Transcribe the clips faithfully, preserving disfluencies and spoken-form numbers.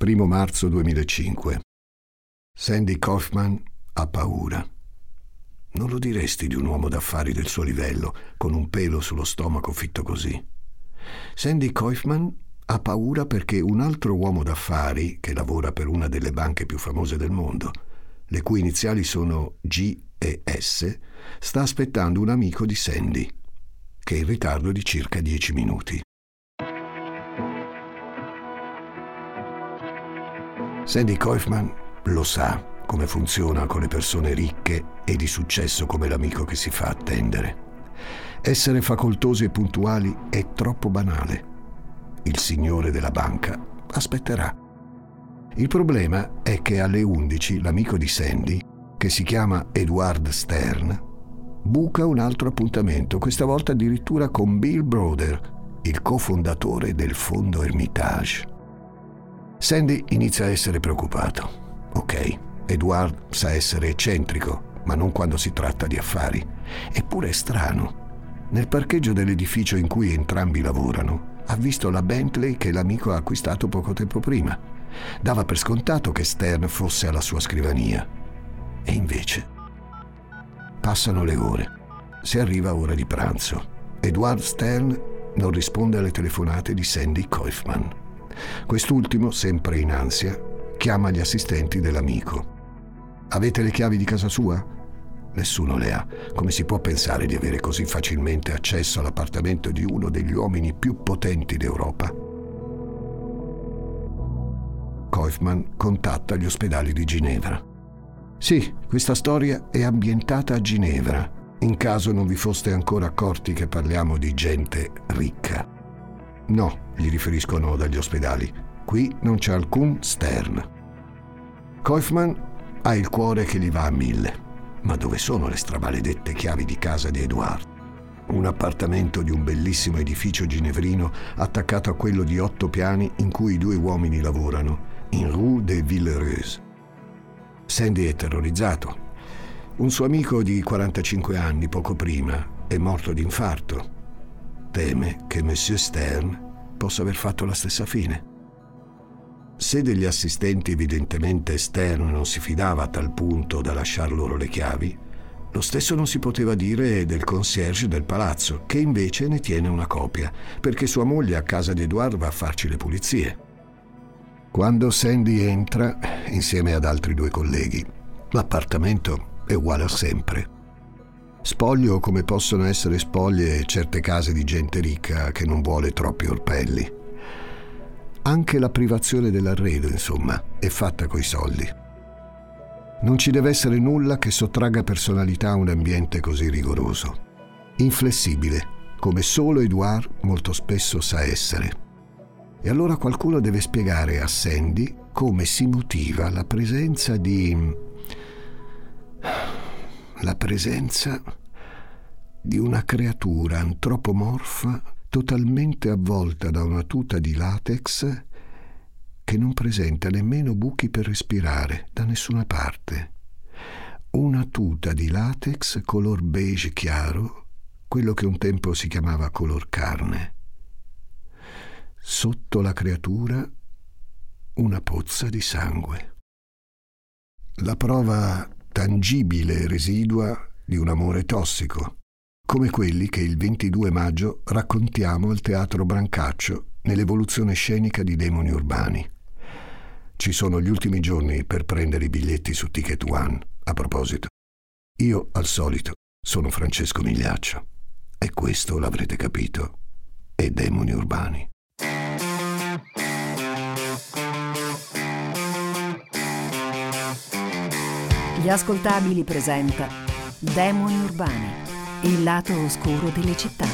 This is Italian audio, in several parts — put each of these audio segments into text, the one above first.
primo marzo duemilacinque. Sandy Kaufman ha paura. Non lo diresti di un uomo d'affari del suo livello, con un pelo sullo stomaco fitto così. Sandy Kaufman ha paura perché un altro uomo d'affari, che lavora per una delle banche più famose del mondo, le cui iniziali sono G e S, sta aspettando un amico di Sandy, che è in ritardo di circa dieci minuti. Sandy Kaufman lo sa come funziona con le persone ricche e di successo come l'amico che si fa attendere. Essere facoltosi e puntuali è troppo banale. Il signore della banca aspetterà. Il problema è che alle undici l'amico di Sandy, che si chiama Edward Stern, buca un altro appuntamento, questa volta addirittura con Bill Browder, il cofondatore del fondo Hermitage. Sandy inizia a essere preoccupato. Ok, Edward sa essere eccentrico, ma non quando si tratta di affari. Eppure è strano. Nel parcheggio dell'edificio in cui entrambi lavorano, ha visto la Bentley che l'amico ha acquistato poco tempo prima. Dava per scontato che Stern fosse alla sua scrivania. E invece passano le ore. Si arriva ora di pranzo. Edward Stern non risponde alle telefonate di Sandy Kaufman. Quest'ultimo, sempre in ansia, chiama gli assistenti dell'amico. Avete le chiavi di casa sua? Nessuno le ha. Come si può pensare di avere così facilmente accesso all'appartamento di uno degli uomini più potenti d'Europa? Kaufman contatta gli ospedali di Ginevra. Sì, questa storia è ambientata a Ginevra, in caso non vi foste ancora accorti che parliamo di gente ricca. No, gli riferiscono dagli ospedali. Qui non c'è alcun Stern. Kaufman ha il cuore che gli va a mille. Ma dove sono le stramaledette chiavi di casa di Edward? Un appartamento di un bellissimo edificio ginevrino attaccato a quello di otto piani in cui i due uomini lavorano, in Rue des Villeureuses. Sandy è terrorizzato. Un suo amico di quarantacinque anni, poco prima, è morto di infarto. Teme che Monsieur Stern possa aver fatto la stessa fine. Se degli assistenti evidentemente Stern non si fidava a tal punto da lasciar loro le chiavi, lo stesso non si poteva dire del concierge del palazzo, che invece ne tiene una copia, perché sua moglie a casa di Edward va a farci le pulizie. Quando Sandy entra, insieme ad altri due colleghi, l'appartamento è uguale a sempre. Spoglio come possono essere spoglie certe case di gente ricca che non vuole troppi orpelli. Anche la privazione dell'arredo, insomma, è fatta coi soldi. Non ci deve essere nulla che sottragga personalità a un ambiente così rigoroso. Inflessibile, come solo Edward molto spesso sa essere. E allora qualcuno deve spiegare a Sandy come si motiva la presenza di... la presenza di una creatura antropomorfa totalmente avvolta da una tuta di latex che non presenta nemmeno buchi per respirare da nessuna parte. Una tuta di latex color beige chiaro, quello che un tempo si chiamava color carne. Sotto la creatura una pozza di sangue. La prova tangibile e residua di un amore tossico, come quelli che il ventidue maggio raccontiamo al Teatro Brancaccio nell'evoluzione scenica di Demoni Urbani. Ci sono gli ultimi giorni per prendere i biglietti su Ticket One. A proposito, io al solito sono Francesco Migliaccio e questo, l'avrete capito, è Demoni Urbani. Gli Ascoltabili presenta Demoni Urbani, il lato oscuro delle città.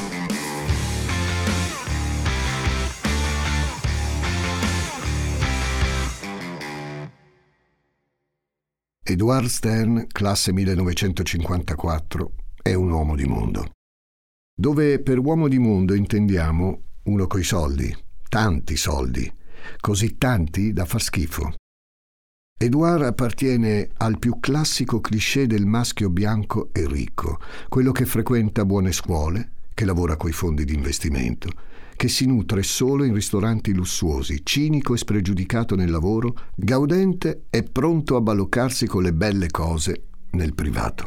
Edward Stern, classe millenovecentocinquantaquattro, è un uomo di mondo. Dove per uomo di mondo intendiamo uno coi soldi, tanti soldi, così tanti da far schifo. Edward appartiene al più classico cliché del maschio bianco e ricco, quello che frequenta buone scuole, che lavora coi fondi di investimento, che si nutre solo in ristoranti lussuosi, cinico e spregiudicato nel lavoro, gaudente e pronto a baloccarsi con le belle cose nel privato.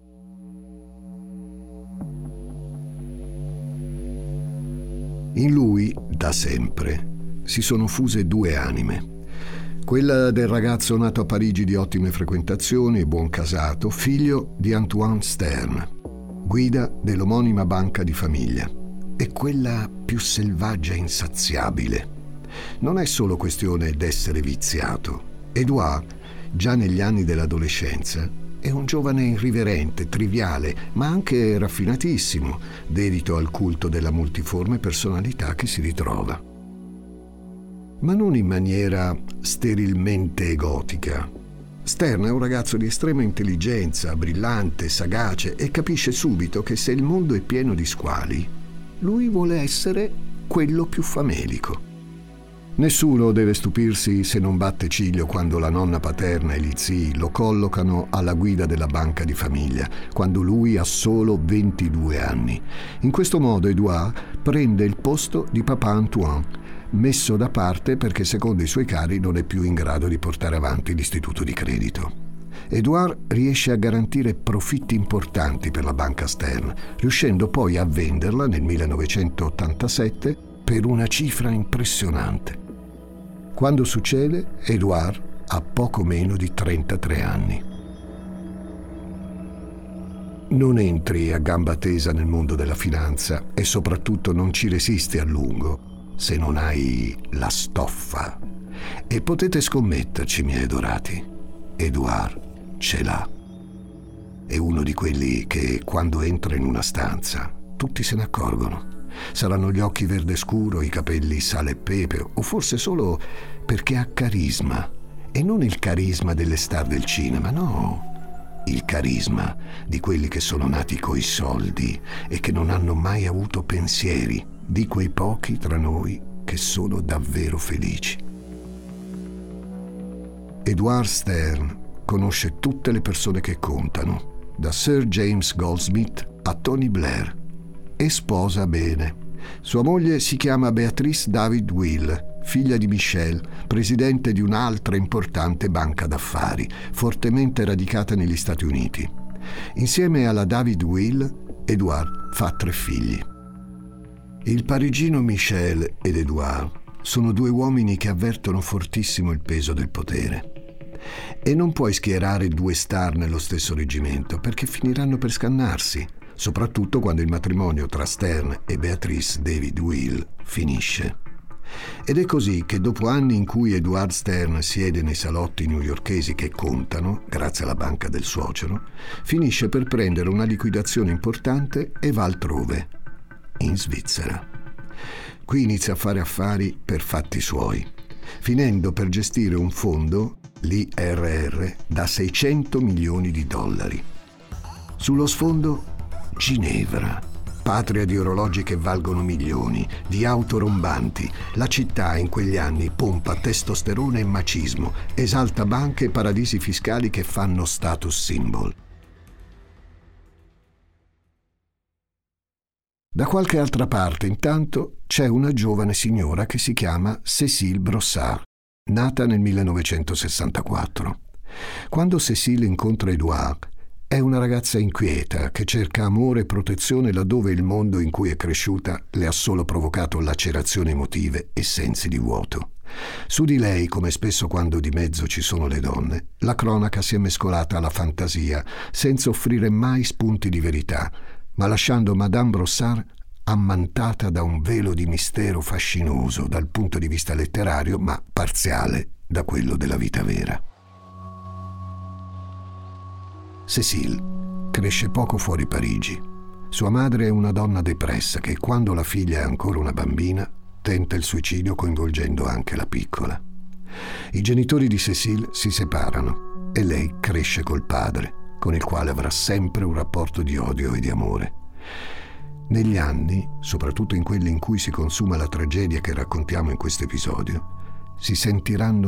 In lui, da sempre, si sono fuse due anime. Quella del ragazzo nato a Parigi di ottime frequentazioni e buon casato, figlio di Antoine Stern, guida dell'omonima banca di famiglia, e quella più selvaggia e insaziabile. Non è solo questione d'essere viziato. Edouard, già negli anni dell'adolescenza, è un giovane irriverente, triviale, ma anche raffinatissimo, dedito al culto della multiforme personalità che si ritrova. Ma non in maniera sterilmente egotica. Stern è un ragazzo di estrema intelligenza, brillante, sagace, e capisce subito che se il mondo è pieno di squali, lui vuole essere quello più famelico. Nessuno deve stupirsi se non batte ciglio quando la nonna paterna e gli zii lo collocano alla guida della banca di famiglia, quando lui ha solo ventidue anni. In questo modo Edouard prende il posto di papà Antoine, messo da parte perché secondo i suoi cari non è più in grado di portare avanti l'istituto di credito. Edouard riesce a garantire profitti importanti per la banca Stern, riuscendo poi a venderla nel millenovecentottantasette per una cifra impressionante. Quando succede, Edouard ha poco meno di trentatré anni. Non entri a gamba tesa nel mondo della finanza e soprattutto non ci resisti a lungo se non hai la stoffa. E potete scommetterci, miei adorati, Edouard ce l'ha. È uno di quelli che quando entra in una stanza tutti se ne accorgono. Saranno gli occhi verde scuro, i capelli sale e pepe, o forse solo perché ha carisma. E non il carisma delle star del cinema, no. Il carisma di quelli che sono nati coi soldi e che non hanno mai avuto pensieri, di quei pochi tra noi che sono davvero felici. Edouard Stern conosce tutte le persone che contano, da Sir James Goldsmith a Tony Blair, e sposa bene. Sua moglie si chiama Beatrice David Will, figlia di Michel, presidente di un'altra importante banca d'affari, fortemente radicata negli Stati Uniti. Insieme alla David Will, Edouard fa tre figli. Il parigino Michel ed Edouard sono due uomini che avvertono fortissimo il peso del potere. E non puoi schierare due star nello stesso reggimento, perché finiranno per scannarsi, soprattutto quando il matrimonio tra Stern e Beatrice David Will finisce. Ed è così che dopo anni in cui Edouard Stern siede nei salotti newyorkesi che contano, grazie alla banca del suocero, finisce per prendere una liquidazione importante e va altrove, in Svizzera. Qui inizia a fare affari per fatti suoi, finendo per gestire un fondo, l'I R R, da seicento milioni di dollari. Sullo sfondo Ginevra, patria di orologi che valgono milioni, di auto rombanti. La città in quegli anni pompa testosterone e macismo, esalta banche e paradisi fiscali che fanno status symbol. Da qualche altra parte, intanto, c'è una giovane signora che si chiama Cécile Brossard, nata nel millenovecentosessantaquattro. Quando Cécile incontra Edouard, è una ragazza inquieta che cerca amore e protezione laddove il mondo in cui è cresciuta le ha solo provocato lacerazioni emotive e sensi di vuoto. Su di lei, come spesso quando di mezzo ci sono le donne, la cronaca si è mescolata alla fantasia, senza offrire mai spunti di verità, ma lasciando Madame Brossard ammantata da un velo di mistero fascinoso dal punto di vista letterario, ma parziale da quello della vita vera. Cécile cresce poco fuori Parigi. Sua madre è una donna depressa che, quando la figlia è ancora una bambina, tenta il suicidio coinvolgendo anche la piccola. I genitori di Cécile si separano e lei cresce col padre, con il quale avrà sempre un rapporto di odio e di amore. Negli anni, soprattutto in quelli in cui si consuma la tragedia che raccontiamo in questo episodio, si sentiranno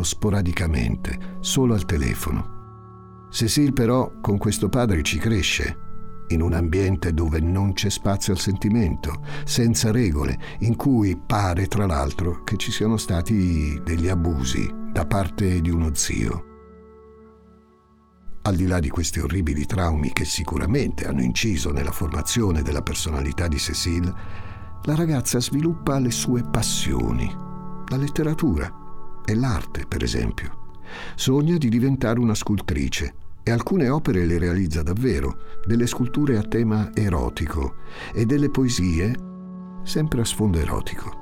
sporadicamente, solo al telefono. Cécile però con questo padre ci cresce in un ambiente dove non c'è spazio al sentimento, senza regole, in cui pare tra l'altro che ci siano stati degli abusi da parte di uno zio. Al di là di questi orribili traumi che sicuramente hanno inciso nella formazione della personalità di Cécile, la ragazza sviluppa le sue passioni, la letteratura e l'arte, per esempio. Sogna di diventare una scultrice e alcune opere le realizza davvero, delle sculture a tema erotico e delle poesie sempre a sfondo erotico.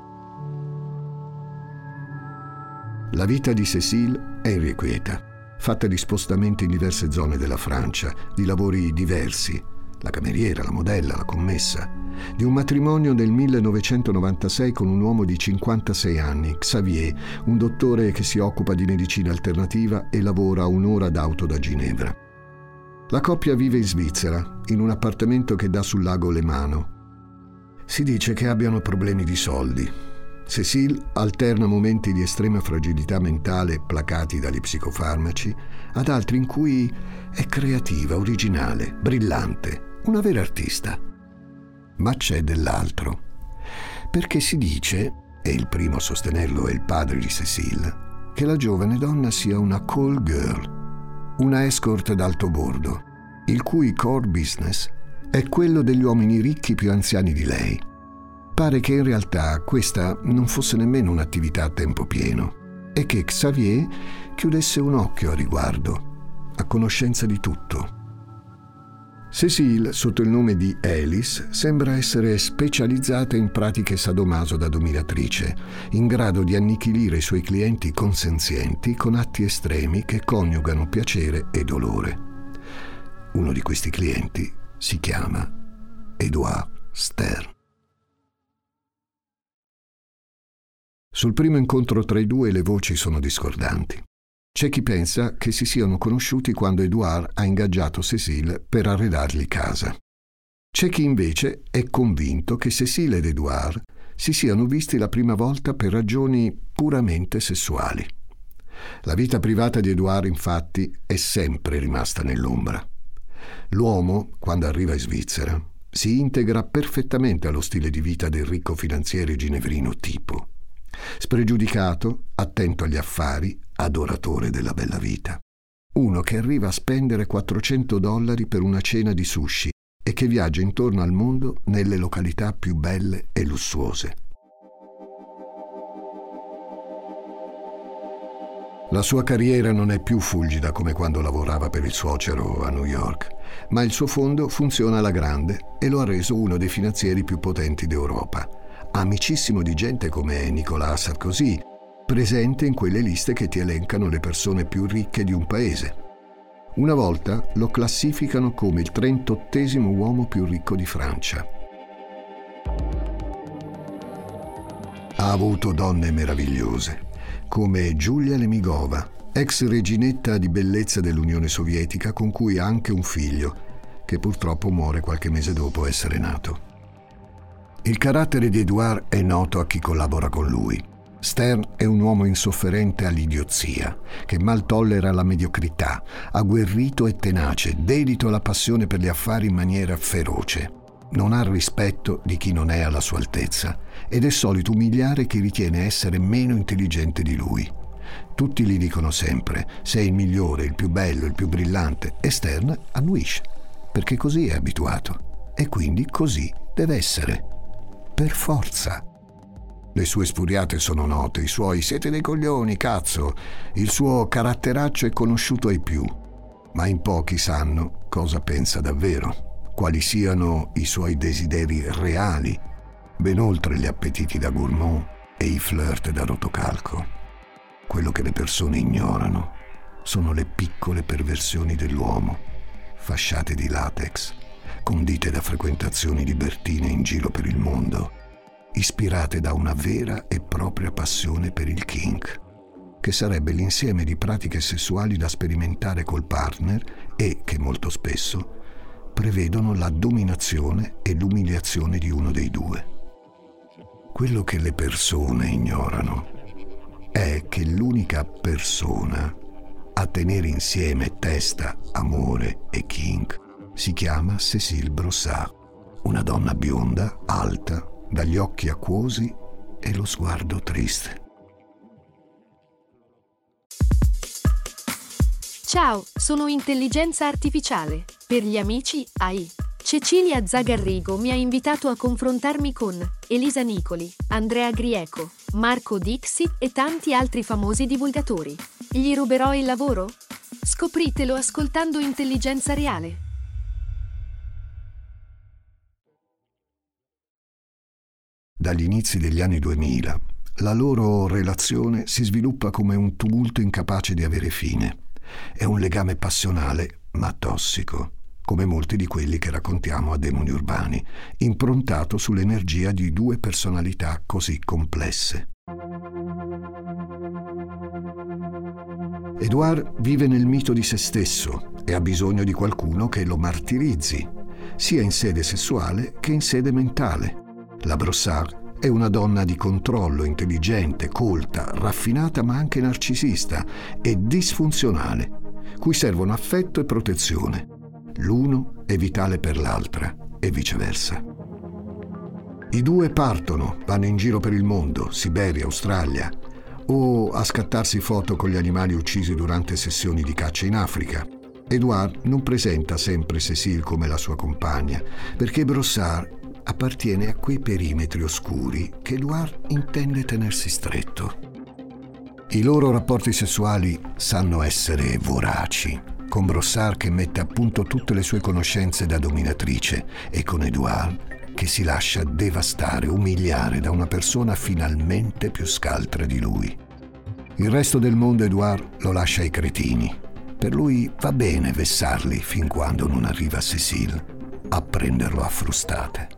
La vita di Cécile è irrequieta, fatta di spostamenti in diverse zone della Francia, di lavori diversi, la cameriera, la modella, la commessa, di un matrimonio nel millenovecentonovantasei con un uomo di cinquantasei anni, Xavier, un dottore che si occupa di medicina alternativa e lavora a un'ora d'auto da Ginevra. La coppia vive in Svizzera, in un appartamento che dà sul lago Lemano. Si dice che abbiano problemi di soldi. Cécile alterna momenti di estrema fragilità mentale placati dagli psicofarmaci ad altri in cui è creativa, originale, brillante, una vera artista. Ma c'è dell'altro, perché si dice, e il primo a sostenerlo è il padre di Cécile, che la giovane donna sia una call girl, una escort d'alto bordo, il cui core business è quello degli uomini ricchi più anziani di lei. Pare che in realtà questa non fosse nemmeno un'attività a tempo pieno e che Xavier chiudesse un occhio a riguardo, a conoscenza di tutto. Cécile, sotto il nome di Alice, sembra essere specializzata in pratiche sadomaso da dominatrice, in grado di annichilire i suoi clienti consenzienti con atti estremi che coniugano piacere e dolore. Uno di questi clienti si chiama Edouard Stern. Sul primo incontro tra i due le voci sono discordanti. C'è chi pensa che si siano conosciuti quando Edouard ha ingaggiato Cécile per arredargli casa. C'è chi invece è convinto che Cécile ed Edouard si siano visti la prima volta per ragioni puramente sessuali. La vita privata di Edouard, infatti, è sempre rimasta nell'ombra. L'uomo, quando arriva in Svizzera, si integra perfettamente allo stile di vita del ricco finanziere ginevrino tipo. Spregiudicato, attento agli affari, adoratore della bella vita. Uno che arriva a spendere quattrocento dollari per una cena di sushi e che viaggia intorno al mondo nelle località più belle e lussuose. La sua carriera non è più fulgida come quando lavorava per il suocero a New York, ma il suo fondo funziona alla grande e lo ha reso uno dei finanzieri più potenti d'Europa, amicissimo di gente come Nicolas Sarkozy, presente in quelle liste che ti elencano le persone più ricche di un paese. Una volta lo classificano come il trentottesimo uomo più ricco di Francia. Ha avuto donne meravigliose, come Giulia Lemigova, ex reginetta di bellezza dell'Unione Sovietica con cui ha anche un figlio, che purtroppo muore qualche mese dopo essere nato. Il carattere di Edouard è noto a chi collabora con lui. Stern è un uomo insofferente all'idiozia, che mal tollera la mediocrità, agguerrito e tenace, dedito alla passione per gli affari in maniera feroce. Non ha rispetto di chi non è alla sua altezza ed è solito umiliare chi ritiene essere meno intelligente di lui. Tutti gli dicono sempre: sei il migliore, il più bello, il più brillante, e Stern annuisce, perché così è abituato e quindi così deve essere. Per forza. Le sue sfuriate sono note, i suoi "siete dei coglioni, cazzo", il suo caratteraccio è conosciuto ai più, ma in pochi sanno cosa pensa davvero, quali siano i suoi desideri reali, ben oltre gli appetiti da gourmand e i flirt da rotocalco. Quello che le persone ignorano sono le piccole perversioni dell'uomo, fasciate di latex, condite da frequentazioni libertine in giro per il mondo, ispirate da una vera e propria passione per il kink, che sarebbe l'insieme di pratiche sessuali da sperimentare col partner e che molto spesso prevedono la dominazione e l'umiliazione di uno dei due. Quello che le persone ignorano è che l'unica persona a tenere insieme testa, amore e kink Si chiama Cécile Brossard, una donna bionda, alta, dagli occhi acquosi e lo sguardo triste. Ciao, sono intelligenza artificiale. Per gli amici A I. Cecilia Zagarrigo mi ha invitato a confrontarmi con Elisa Nicoli, Andrea Grieco, Marco Dixit e tanti altri famosi divulgatori. Gli ruberò il lavoro? Scopritelo ascoltando Intelligenza Reale. Dagli inizi degli anni duemila, la loro relazione si sviluppa come un tumulto incapace di avere fine. È un legame passionale, ma tossico, come molti di quelli che raccontiamo a Demoni Urbani, improntato sull'energia di due personalità così complesse. Edouard vive nel mito di se stesso e ha bisogno di qualcuno che lo martirizzi, sia in sede sessuale che in sede mentale. La Brossard è una donna di controllo, intelligente, colta, raffinata ma anche narcisista e disfunzionale, cui servono affetto e protezione. L'uno è vitale per l'altra e viceversa. I due partono, vanno in giro per il mondo, Siberia, Australia, o a scattarsi foto con gli animali uccisi durante sessioni di caccia in Africa. Edouard non presenta sempre Cécile come la sua compagna, perché Brossard appartiene a quei perimetri oscuri che Edouard intende tenersi stretto. I loro rapporti sessuali sanno essere voraci, con Brossard che mette a punto tutte le sue conoscenze da dominatrice e con Edouard che si lascia devastare, umiliare da una persona finalmente più scaltra di lui. Il resto del mondo Edouard lo lascia ai cretini. Per lui va bene vessarli fin quando non arriva Cécile a prenderlo a frustate.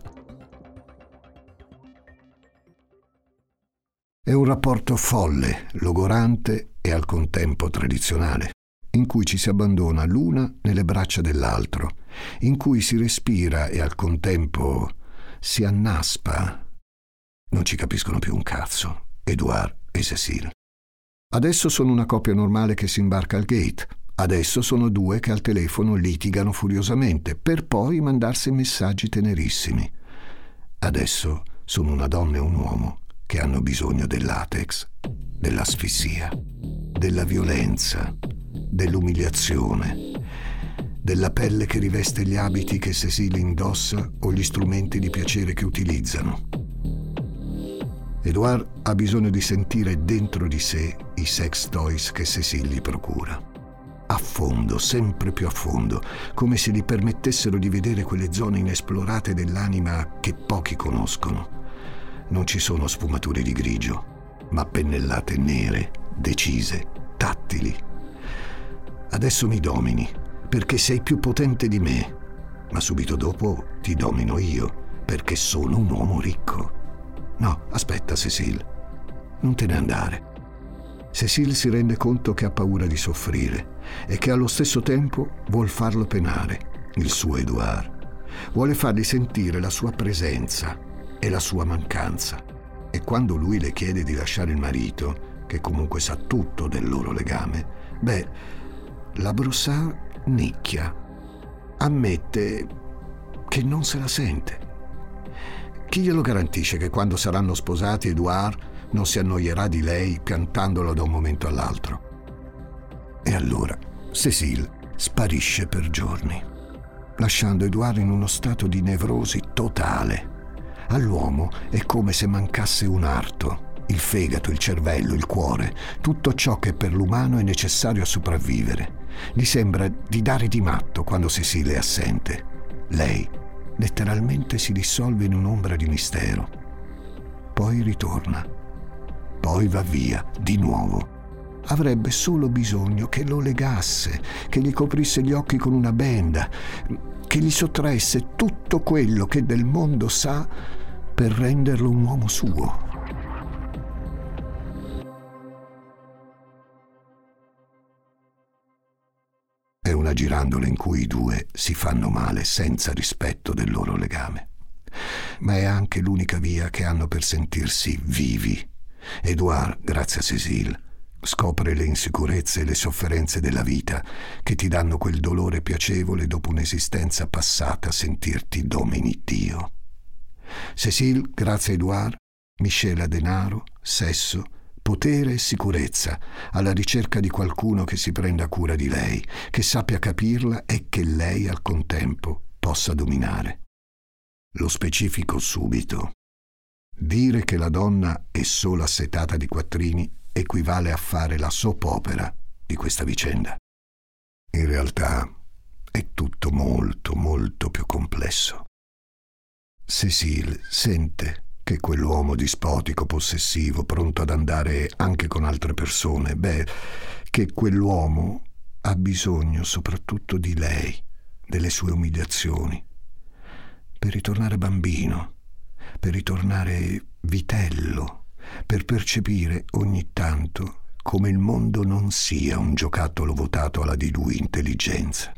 È un rapporto folle, logorante e al contempo tradizionale, in cui ci si abbandona l'una nelle braccia dell'altro, in cui si respira e al contempo si annaspa. Non ci capiscono più un cazzo, Edouard e Cécile. Adesso sono una coppia normale che si imbarca al gate, adesso sono due che al telefono litigano furiosamente, per poi mandarsi messaggi tenerissimi. Adesso sono una donna e un uomo che hanno bisogno del latex, dell'asfissia, della violenza, dell'umiliazione, della pelle che riveste gli abiti che Cécile indossa o gli strumenti di piacere che utilizzano. Edouard ha bisogno di sentire dentro di sé i sex toys che Cécile gli procura. A fondo, sempre più a fondo, come se gli permettessero di vedere quelle zone inesplorate dell'anima che pochi conoscono. Non ci sono sfumature di grigio, ma pennellate nere, decise, tattili. Adesso mi domini, perché sei più potente di me, ma subito dopo ti domino io, perché sono un uomo ricco. No, aspetta, Cécile, non te ne andare. Cécile si rende conto che ha paura di soffrire e che allo stesso tempo vuol farlo penare, il suo Edouard. Vuole fargli sentire la sua presenza e la sua mancanza. E quando lui le chiede di lasciare il marito, che comunque sa tutto del loro legame, beh, la Brossard nicchia, ammette che non se la sente. Chi glielo garantisce che quando saranno sposati Edouard non si annoierà di lei piantandolo da un momento all'altro? E allora Cécile sparisce per giorni, lasciando Edouard in uno stato di nevrosi totale. All'uomo è come se mancasse un arto, il fegato, il cervello, il cuore, tutto ciò che per l'umano è necessario a sopravvivere. Gli sembra di dare di matto quando Cécile è assente. Lei letteralmente si dissolve in un'ombra di mistero. Poi ritorna. Poi va via, di nuovo. Avrebbe solo bisogno che lo legasse, che gli coprisse gli occhi con una benda, che gli sottraesse tutto quello che del mondo sa per renderlo un uomo suo. È una girandola in cui i due si fanno male senza rispetto del loro legame. Ma è anche l'unica via che hanno per sentirsi vivi. Edouard, grazie a Cécile, Scopre le insicurezze e le sofferenze della vita che ti danno quel dolore piacevole dopo un'esistenza passata a sentirti domini Dio. Cécile, grazie a Édouard, miscela denaro, sesso, potere e sicurezza alla ricerca di qualcuno che si prenda cura di lei, che sappia capirla e che lei al contempo possa dominare. Lo specifico subito. Dire che la donna è solo assetata di quattrini equivale a fare la soap opera di questa vicenda. In realtà è tutto molto, molto più complesso. Cécile sente che quell'uomo dispotico, possessivo, pronto ad andare anche con altre persone, beh, che quell'uomo ha bisogno soprattutto di lei, delle sue umiliazioni, per ritornare bambino, per ritornare vitello, per percepire ogni tanto come il mondo non sia un giocattolo votato alla di lui intelligenza.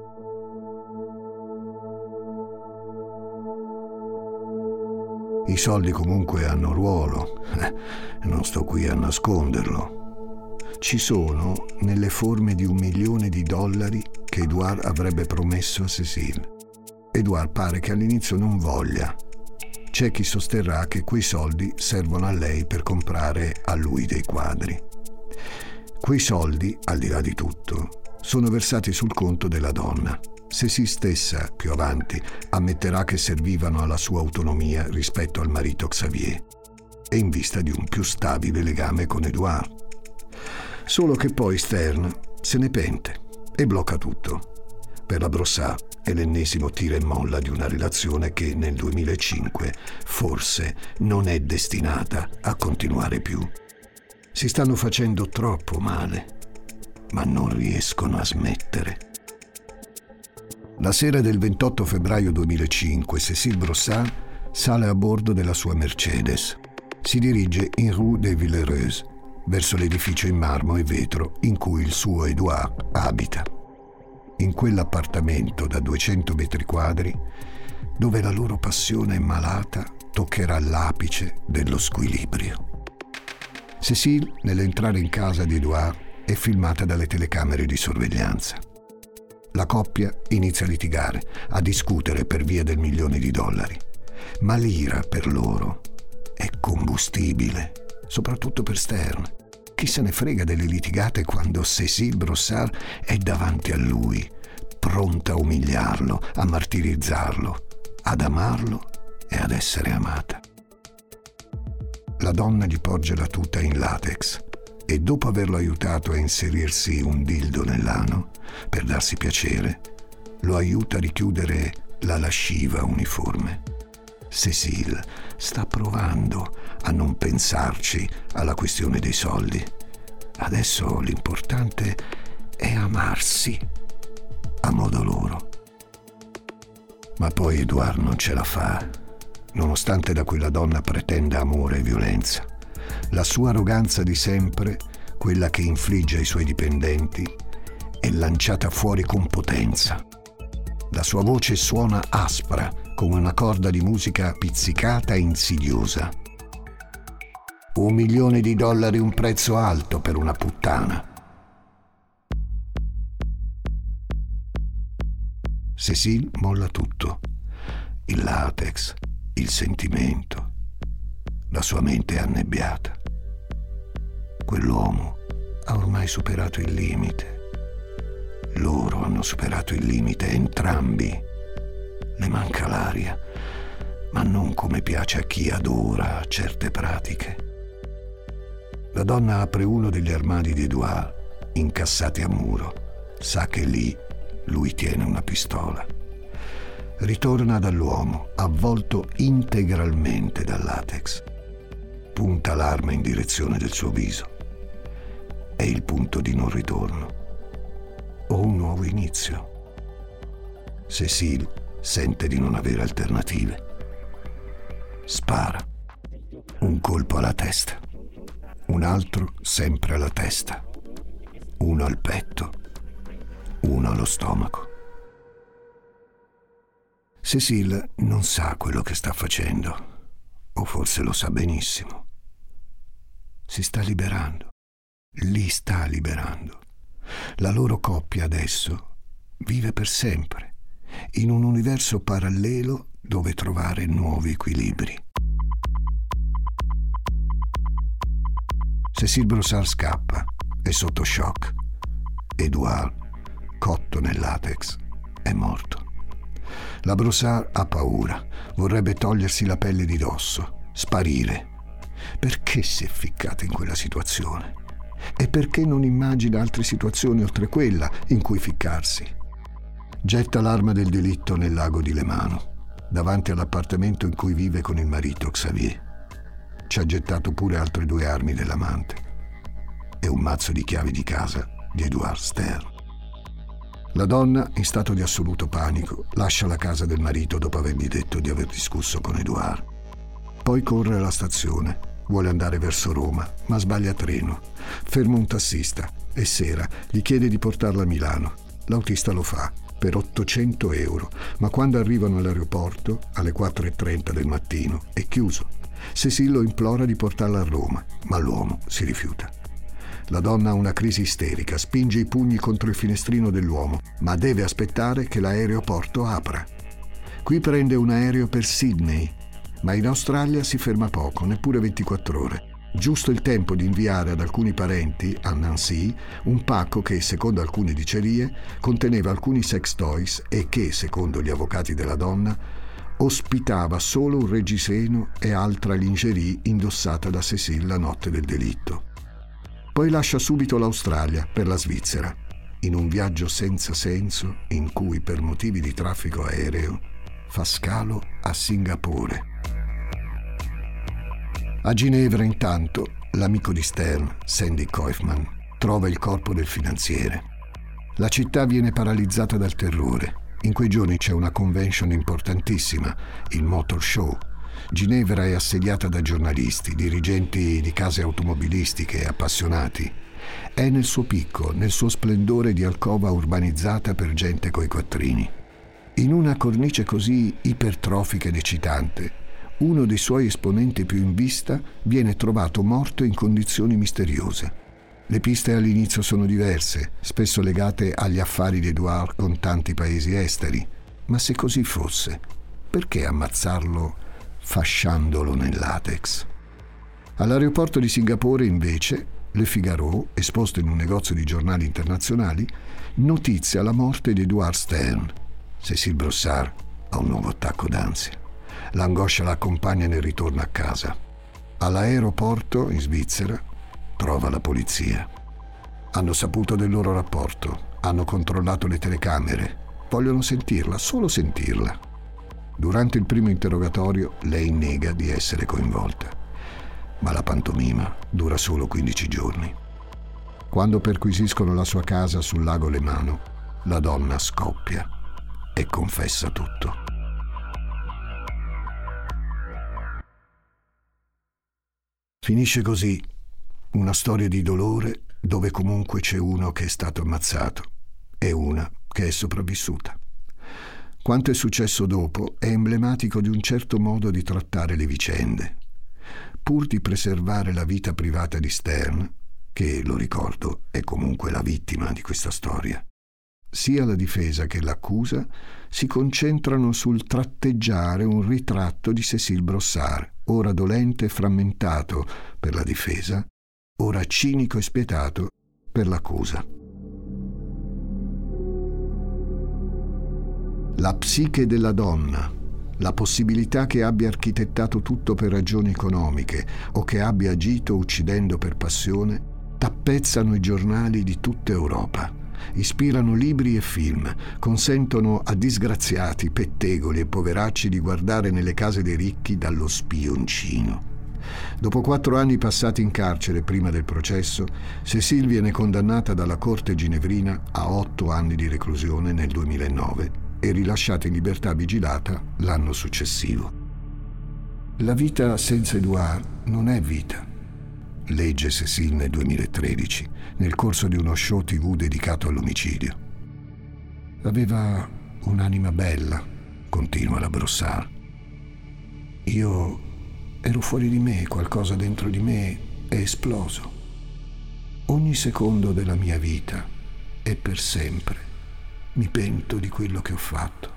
I soldi comunque hanno ruolo, eh, non sto qui a nasconderlo. Ci sono nelle forme di un milione di dollari che Édouard avrebbe promesso a Cécile. Édouard pare che all'inizio non voglia. C'è chi sosterrà che quei soldi servono a lei per comprare a lui dei quadri. Quei soldi, al di là di tutto, sono versati sul conto della donna. Cécile stessa, più avanti, ammetterà che servivano alla sua autonomia rispetto al marito Xavier e in vista di un più stabile legame con Édouard. Solo che poi Stern se ne pente e blocca tutto. Per la Brossard è l'ennesimo tira e molla di una relazione che nel duemilacinque forse non è destinata a continuare più. Si stanno facendo troppo male, ma non riescono a smettere. La sera del ventotto febbraio duemilacinque, Cécile Brossard sale a bordo della sua Mercedes. Si dirige in Rue des Villeureuses, verso l'edificio in marmo e vetro in cui il suo Édouard abita. In quell'appartamento da duecento metri quadri, dove la loro passione malata toccherà l'apice dello squilibrio. Cécile, nell'entrare in casa di Édouard, è filmata dalle telecamere di sorveglianza. La coppia inizia a litigare, a discutere per via del milione di dollari. Ma l'ira per loro è combustibile, soprattutto per Stern. Chi se ne frega delle litigate quando Cécile Brossard è davanti a lui, pronta a umiliarlo, a martirizzarlo, ad amarlo e ad essere amata. La donna gli porge la tuta in latex e dopo averlo aiutato a inserirsi un dildo nell'ano per darsi piacere, lo aiuta a richiudere la lasciva uniforme. Cécile sta provando a non pensarci alla questione dei soldi. Adesso l'importante è amarsi a modo loro. Ma poi Édouard non ce la fa, nonostante da quella donna pretenda amore e violenza. La sua arroganza di sempre, quella che infligge ai suoi dipendenti, è lanciata fuori con potenza. La sua voce suona aspra, come una corda di musica pizzicata e insidiosa. Un milione di dollari un prezzo alto per una puttana. Cécile molla tutto. Il latex, il sentimento. La sua mente è annebbiata. Quell'uomo ha ormai superato il limite. Loro hanno superato il limite, entrambi. Le manca l'aria, ma non come piace a chi adora certe pratiche. La donna apre uno degli armadi di Édouard, incassati a muro. Sa che lì lui tiene una pistola. Ritorna dall'uomo, avvolto integralmente dal latex. Punta l'arma in direzione del suo viso. È il punto di non ritorno. O un nuovo inizio. Cécile sente di non avere alternative. Spara. Un colpo alla testa. Un altro sempre alla testa. Uno al petto. Uno allo stomaco. Cécile non sa quello che sta facendo, o forse lo sa benissimo. Si sta liberando. li sta liberando. La loro coppia adesso vive per sempre in un universo parallelo dove trovare nuovi equilibri. Cécile Brossard scappa, è sotto shock. Edouard, cotto nel latex, è morto. La Brossard ha paura, vorrebbe togliersi la pelle di dosso, sparire. Perché si è ficcata in quella situazione? E perché non immagina altre situazioni oltre quella in cui ficcarsi? Getta l'arma del delitto nel lago di Lemano, davanti all'appartamento in cui vive con il marito Xavier. Ci ha gettato pure altre due armi dell'amante e un mazzo di chiavi di casa di Edouard Stern. La donna, in stato di assoluto panico, lascia la casa del marito dopo avergli detto di aver discusso con Edouard. Poi corre alla stazione, vuole andare verso Roma, ma sbaglia treno. Ferma un tassista e sera gli chiede di portarla a Milano. L'autista lo fa per ottocento euro, ma quando arrivano all'aeroporto, alle quattro e trenta del mattino, è chiuso. Cécile lo implora di portarla a Roma, ma l'uomo si rifiuta. La donna ha una crisi isterica, spinge i pugni contro il finestrino dell'uomo, ma deve aspettare che l'aeroporto apra. Qui prende un aereo per Sydney, ma in Australia si ferma poco, neppure ventiquattro ore. Giusto il tempo di inviare ad alcuni parenti, a Nancy, un pacco che, secondo alcune dicerie, conteneva alcuni sex toys e che, secondo gli avvocati della donna, ospitava solo un reggiseno e altra lingerie indossata da Cécile la notte del delitto. Poi lascia subito l'Australia per la Svizzera, in un viaggio senza senso in cui, per motivi di traffico aereo, fa scalo a Singapore. A Ginevra, intanto, l'amico di Stern, Sandy Kaufman, trova il corpo del finanziere. La città viene paralizzata dal terrore. In quei giorni c'è una convention importantissima, il Motor Show. Ginevra è assediata da giornalisti, dirigenti di case automobilistiche e appassionati. È nel suo picco, nel suo splendore di alcova urbanizzata per gente coi quattrini. In una cornice così ipertrofica ed eccitante, uno dei suoi esponenti più in vista viene trovato morto in condizioni misteriose. Le piste all'inizio sono diverse, spesso legate agli affari di Edouard con tanti paesi esteri. Ma se così fosse, perché ammazzarlo fasciandolo nel latex? All'aeroporto di Singapore, invece, Le Figaro, esposto in un negozio di giornali internazionali, notizia la morte di Edouard Stern. Cécile Brossard ha un nuovo attacco d'ansia. L'angoscia la accompagna nel ritorno a casa. All'aeroporto, in Svizzera, trova la polizia. Hanno saputo del loro rapporto, hanno controllato le telecamere, vogliono sentirla, solo sentirla. Durante il primo interrogatorio lei nega di essere coinvolta, ma la pantomima dura solo quindici giorni. Quando perquisiscono la sua casa sul lago Lemano, la donna scoppia e confessa tutto. Finisce così una storia di dolore dove comunque c'è uno che è stato ammazzato e una che è sopravvissuta. Quanto è successo dopo è emblematico di un certo modo di trattare le vicende. Pur di preservare la vita privata di Stern, che, lo ricordo, è comunque la vittima di questa storia, sia la difesa che l'accusa si concentrano sul tratteggiare un ritratto di Cécile Brossard, ora dolente e frammentato per la difesa, ora cinico e spietato per l'accusa. La psiche della donna, la possibilità che abbia architettato tutto per ragioni economiche o che abbia agito uccidendo per passione, tappezzano i giornali di tutta Europa, ispirano libri e film, consentono a disgraziati, pettegoli e poveracci di guardare nelle case dei ricchi dallo spioncino. Dopo quattro anni passati in carcere prima del processo, Cécile viene condannata dalla corte ginevrina a otto anni di reclusione nel duemilanove e rilasciata in libertà vigilata l'anno successivo. La vita senza Edouard non è vita, legge Cécile nel duemilatredici, nel corso di uno show tivù dedicato all'omicidio. Aveva un'anima bella, continua la Brossard. Io ero fuori di me, qualcosa dentro di me è esploso. ogni secondo della mia vita e per sempre mi pento di quello che ho fatto.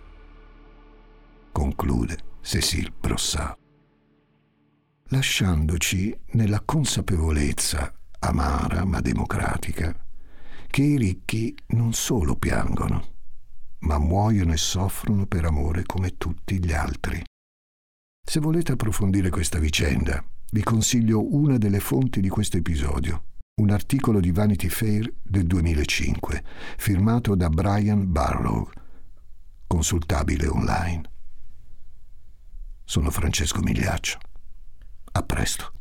Conclude Cécile Brossard, lasciandoci nella consapevolezza amara ma democratica che i ricchi non solo piangono, ma muoiono e soffrono per amore come tutti gli altri. Se volete approfondire questa vicenda, vi consiglio una delle fonti di questo episodio, un articolo di Vanity Fair del duemilacinque, firmato da Brian Barlow, consultabile online. Sono Francesco Migliaccio. A presto.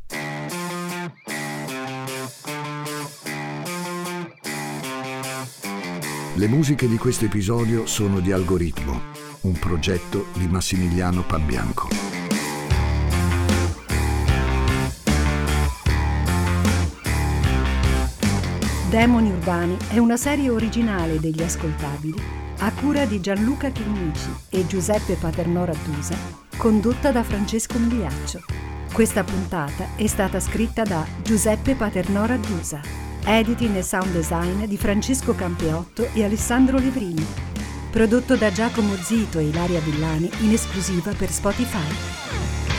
Le musiche di questo episodio sono di Algoritmo, un progetto di Massimiliano Pabianco. Demoni Urbani è una serie originale degli Ascoltabili a cura di Gianluca Chinnici e Giuseppe Paternò Raddusa, condotta da Francesco Migliaccio. Questa puntata è stata scritta da Giuseppe Paternò Raddusa, editing e sound design di Francesco Campeotto e Alessandro Levrini, prodotto da Giacomo Zito e Ilaria Villani in esclusiva per Spotify.